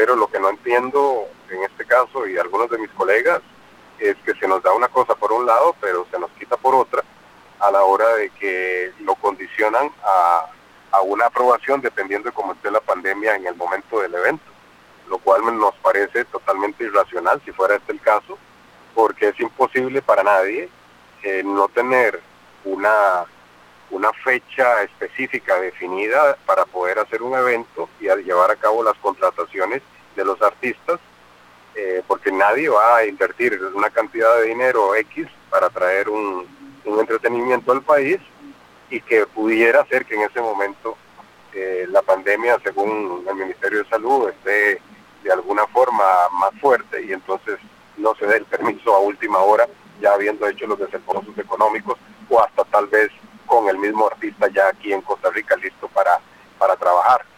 pero lo que no entiendo en este caso y algunos de mis colegas es que se nos da una cosa por un lado, pero se nos quita por otra a la hora de que lo condicionan a una aprobación dependiendo de cómo esté la pandemia en el momento del evento, lo cual nos parece totalmente irracional si fuera este el caso, porque es imposible para nadie no tener una fecha específica definida para poder hacer un evento y llevar a cabo las contrataciones de los artistas, porque nadie va a invertir una cantidad de dinero X para traer un entretenimiento al país y que pudiera ser que en ese momento la pandemia, según el Ministerio de Salud, esté de alguna forma más fuerte y entonces no se dé el permiso a última hora, ya habiendo hecho los desembolsos económicos o hasta tal vez con el mismo artista ya aquí en Costa Rica listo para trabajar.